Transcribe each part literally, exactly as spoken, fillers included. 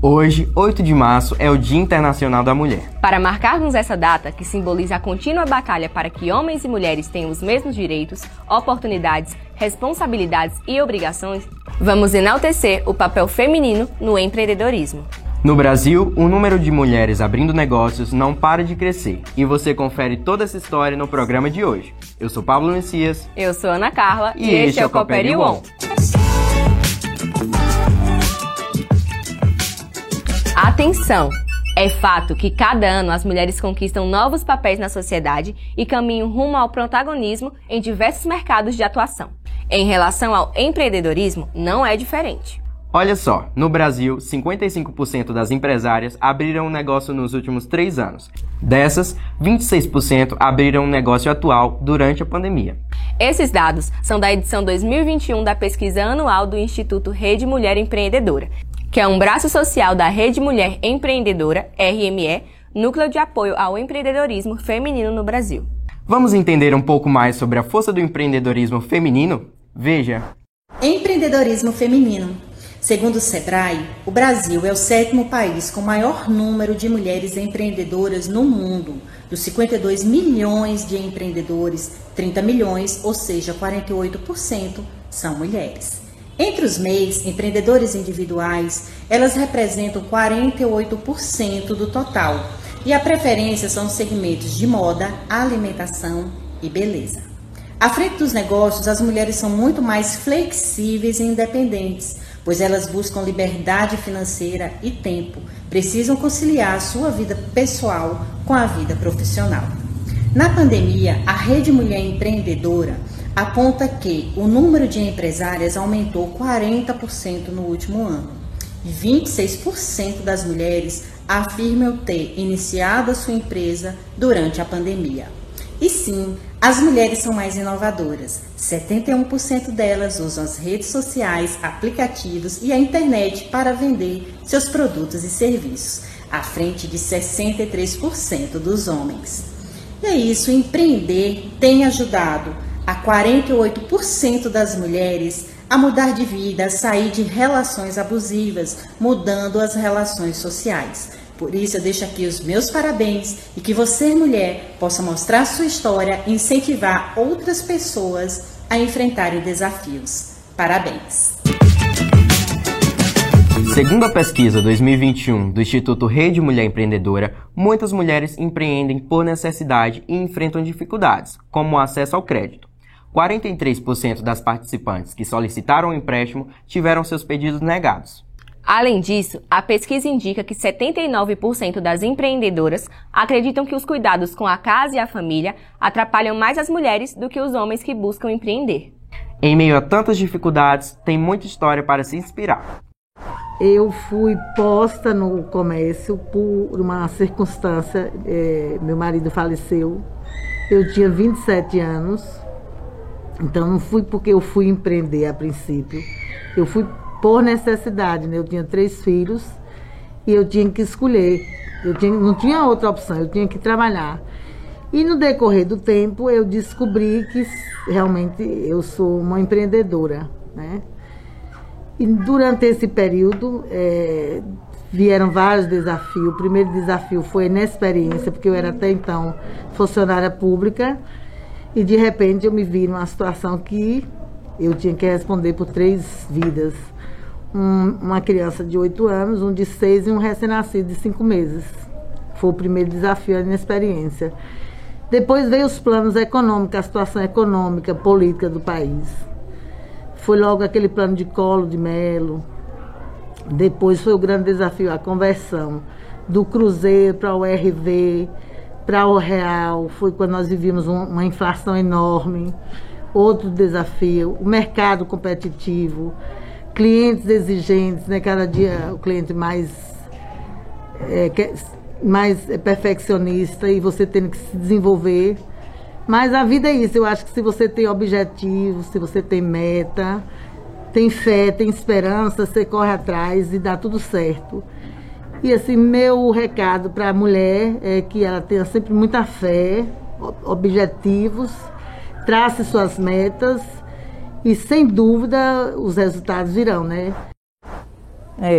Hoje, oito de março, é o Dia Internacional da Mulher. Para marcarmos essa data, que simboliza a contínua batalha para que homens e mulheres tenham os mesmos direitos, oportunidades, responsabilidades e obrigações, vamos enaltecer o papel feminino no empreendedorismo. No Brasil, o número de mulheres abrindo negócios não para de crescer. E você confere toda essa história no programa de hoje. Eu sou Pablo Messias. Eu sou Ana Carla. E, e este é o Coopere On. Atenção! É fato que cada ano as mulheres conquistam novos papéis na sociedade e caminham rumo ao protagonismo em diversos mercados de atuação. Em relação ao empreendedorismo, não é diferente. Olha só, no Brasil, cinquenta e cinco por cento das empresárias abriram um negócio nos últimos três anos. Dessas, vinte e seis por cento abriram um negócio atual durante a pandemia. Esses dados são da edição dois mil e vinte e um da pesquisa anual do Instituto Rede Mulher Empreendedora, que é um braço social da Rede Mulher Empreendedora, R M E, Núcleo de Apoio ao Empreendedorismo Feminino no Brasil. Vamos entender um pouco mais sobre a força do empreendedorismo feminino? Veja. Empreendedorismo feminino. Segundo o Sebrae, o Brasil é o sétimo país com maior número de mulheres empreendedoras no mundo. Dos cinquenta e dois milhões de empreendedores, trinta milhões, ou seja, quarenta e oito por cento, são mulheres. Entre os M E Is, empreendedores individuais, elas representam quarenta e oito por cento do total. E a preferência são os segmentos de moda, alimentação e beleza. À frente dos negócios, as mulheres são muito mais flexíveis e independentes, pois elas buscam liberdade financeira e tempo, precisam conciliar a sua vida pessoal com a vida profissional. Na pandemia, a Rede Mulher Empreendedora aponta que o número de empresárias aumentou quarenta por cento no último ano. vinte e seis por cento das mulheres afirmam ter iniciado a sua empresa durante a pandemia. E sim, as mulheres são mais inovadoras. setenta e um por cento delas usam as redes sociais, aplicativos e a internet para vender seus produtos e serviços, à frente de sessenta e três por cento dos homens. E é isso, empreender tem ajudado a quarenta e oito por cento das mulheres a mudar de vida, a sair de relações abusivas, mudando as relações sociais. Por isso eu deixo aqui os meus parabéns e que você, mulher, possa mostrar sua história e incentivar outras pessoas a enfrentarem desafios. Parabéns! Segundo a pesquisa dois mil e vinte e um do Instituto Rede Mulher Empreendedora, muitas mulheres empreendem por necessidade e enfrentam dificuldades, como o acesso ao crédito. quarenta e três por cento das participantes que solicitaram um empréstimo tiveram seus pedidos negados. Além disso, a pesquisa indica que setenta e nove por cento das empreendedoras acreditam que os cuidados com a casa e a família atrapalham mais as mulheres do que os homens que buscam empreender. Em meio a tantas dificuldades, tem muita história para se inspirar. Eu fui posta no comércio por uma circunstância, é, meu marido faleceu, eu tinha vinte e sete anos, então não fui porque eu fui empreender a princípio, eu fui por necessidade, né? Eu tinha três filhos e eu tinha que escolher, eu tinha, não tinha outra opção, eu tinha que trabalhar. E no decorrer do tempo eu descobri que realmente eu sou uma empreendedora, né? E durante esse período é, vieram vários desafios. O primeiro desafio foi a inexperiência, porque eu era até então funcionária pública e de repente eu me vi numa situação que eu tinha que responder por três vidas. Um, uma criança de oito anos, um de seis e um recém-nascido de cinco meses. Foi o primeiro desafio, a inexperiência. Depois veio os planos econômicos, a situação econômica, política do país. Foi logo aquele plano de Collor de Mello. Depois foi o grande desafio, a conversão do Cruzeiro para o R V, para o Real. Foi quando nós vivíamos um, uma inflação enorme. Outro desafio, o mercado competitivo, clientes exigentes, né? Cada dia o cliente mais, é, mais perfeccionista e você tendo que se desenvolver. Mas a vida é isso, eu acho que se você tem objetivo, se você tem meta, tem fé, tem esperança, você corre atrás e dá tudo certo. E assim, meu recado para a mulher é que ela tenha sempre muita fé, objetivos, trace suas metas e, sem dúvida, os resultados virão, né? É,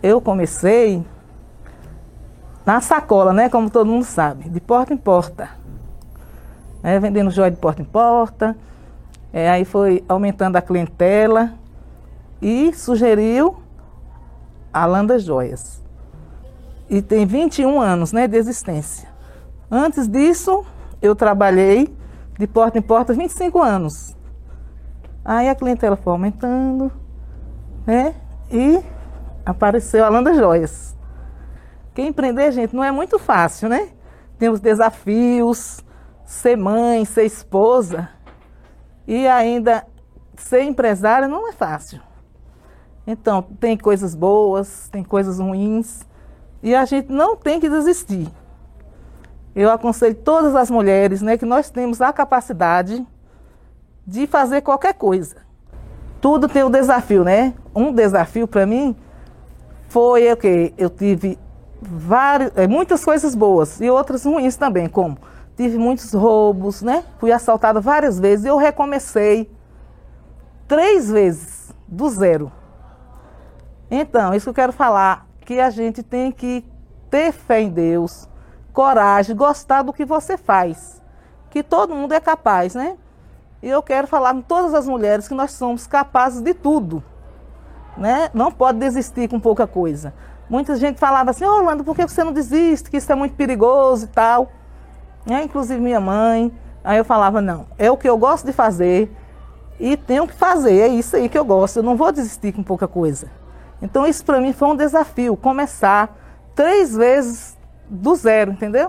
eu comecei na sacola, né? Como todo mundo sabe, de porta em porta. É, vendendo joia de porta em porta. É, aí foi aumentando a clientela e sugeriu a Landa Joias. E tem vinte e um anos, né, de existência. Antes disso, eu trabalhei de porta em porta vinte e cinco anos. Aí a clientela foi aumentando, né? E apareceu a Landa Joias. Porque empreender, gente, não é muito fácil, né? Tem os desafios, ser mãe, ser esposa e ainda ser empresária não é fácil. Então, tem coisas boas, tem coisas ruins e a gente não tem que desistir. Eu aconselho todas as mulheres, né, que nós temos a capacidade de fazer qualquer coisa. Tudo tem um desafio, né? Um desafio para mim foi o quê? Eu tive várias, muitas coisas boas e outras ruins também, como tive muitos roubos, né? Fui assaltada várias vezes e eu recomecei três vezes, do zero. Então, isso que eu quero falar, que a gente tem que ter fé em Deus, coragem, gostar do que você faz, que todo mundo é capaz, né? E eu quero falar com todas as mulheres que nós somos capazes de tudo, né? Não pode desistir com pouca coisa. Muita gente falava assim, ô Landa, por que você não desiste, que isso é muito perigoso e tal, né? Inclusive minha mãe. Aí eu falava, não, é o que eu gosto de fazer e tenho que fazer, é isso aí que eu gosto, eu não vou desistir com pouca coisa. Então isso para mim foi um desafio, começar três vezes do zero, entendeu?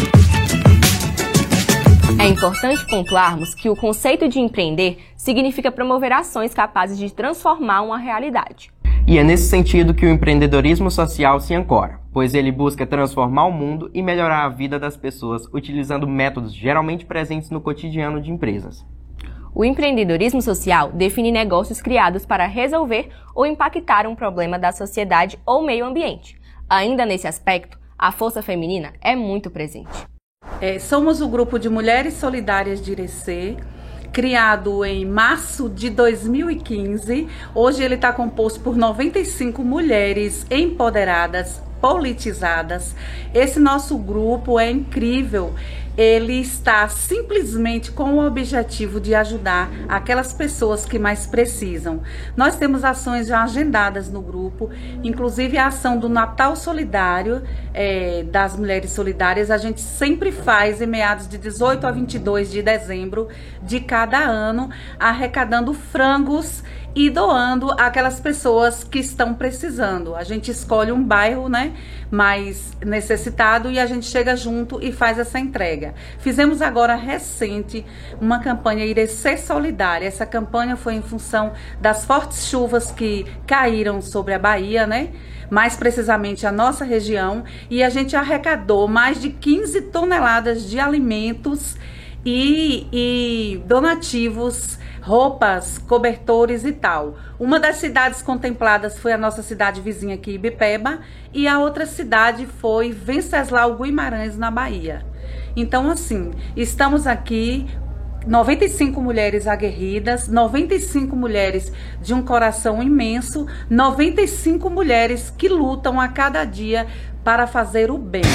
É importante pontuarmos que o conceito de empreender significa promover ações capazes de transformar uma realidade. E é nesse sentido que o empreendedorismo social se ancora, pois ele busca transformar o mundo e melhorar a vida das pessoas utilizando métodos geralmente presentes no cotidiano de empresas. O empreendedorismo social define negócios criados para resolver ou impactar um problema da sociedade ou meio ambiente. Ainda nesse aspecto, a força feminina é muito presente. É, somos o grupo de Mulheres Solidárias de Irecê, criado em março de dois mil e quinze. Hoje ele está composto por noventa e cinco mulheres empoderadas, politizadas. Esse nosso grupo é incrível. Ele está simplesmente com o objetivo de ajudar aquelas pessoas que mais precisam. Nós temos ações já agendadas no grupo, inclusive a ação do Natal Solidário, é, das Mulheres Solidárias, a gente sempre faz em meados de dezoito a vinte e dois de dezembro de cada ano, arrecadando frangos e doando àquelas pessoas que estão precisando. A gente escolhe um bairro, né, mais necessitado e a gente chega junto e faz essa entrega. Fizemos agora recente uma campanha Irecê Solidária. Essa campanha foi em função das fortes chuvas que caíram sobre a Bahia, né? Mais precisamente a nossa região, e a gente arrecadou mais de quinze toneladas de alimentos e, e donativos, roupas, cobertores e tal. Uma das cidades contempladas foi a nossa cidade vizinha aqui, Ibipeba, e a outra cidade foi Venceslau Guimarães, na Bahia. Então, assim, estamos aqui, noventa e cinco mulheres aguerridas, noventa e cinco mulheres de um coração imenso, noventa e cinco mulheres que lutam a cada dia para fazer o bem.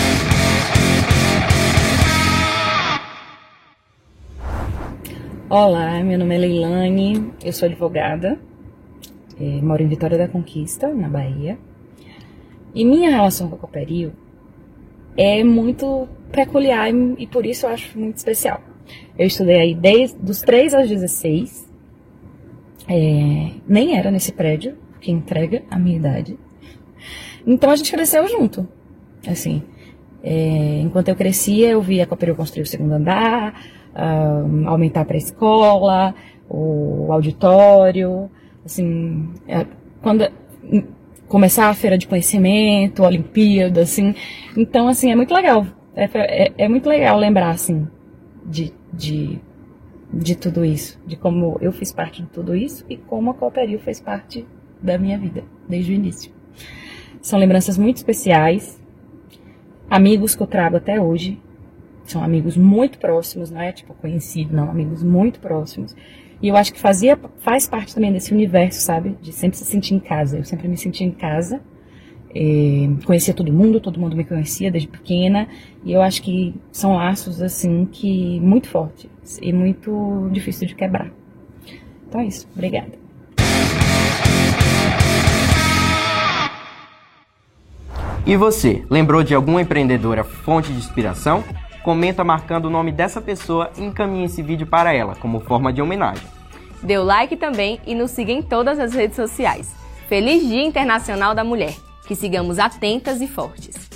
Olá, meu nome é Leilane, eu sou advogada, é, moro em Vitória da Conquista, na Bahia. E minha relação com a Cooperil é muito peculiar e, e por isso eu acho muito especial. Eu estudei aí desde dos três aos dezesseis, é, nem era nesse prédio, que entrega a minha idade. Então a gente cresceu junto, assim. É, enquanto eu crescia, eu via a Cooperil construir o segundo andar, uh, aumentar para a escola, o auditório, assim, é, quando começar a feira de conhecimento, a Olimpíada, assim. Então, assim, é muito legal. É, é, é muito legal lembrar, assim, de, de, de tudo isso, de como eu fiz parte de tudo isso e como a Cooperil fez parte da minha vida, desde o início. São lembranças muito especiais, amigos que eu trago até hoje, são amigos muito próximos, não é tipo conhecido, não, amigos muito próximos. E eu acho que fazia, faz parte também desse universo, sabe, de sempre se sentir em casa. Eu sempre me senti em casa, É, conhecia todo mundo, todo mundo me conhecia desde pequena, e eu acho que são laços assim que muito fortes e muito difícil de quebrar. Então é isso, obrigada. E você, lembrou de alguma empreendedora fonte de inspiração? Comenta marcando o nome dessa pessoa e encaminhe esse vídeo para ela, como forma de homenagem. Dê o like também e nos siga em todas as redes sociais. Feliz Dia Internacional da Mulher! Que sigamos atentas e fortes.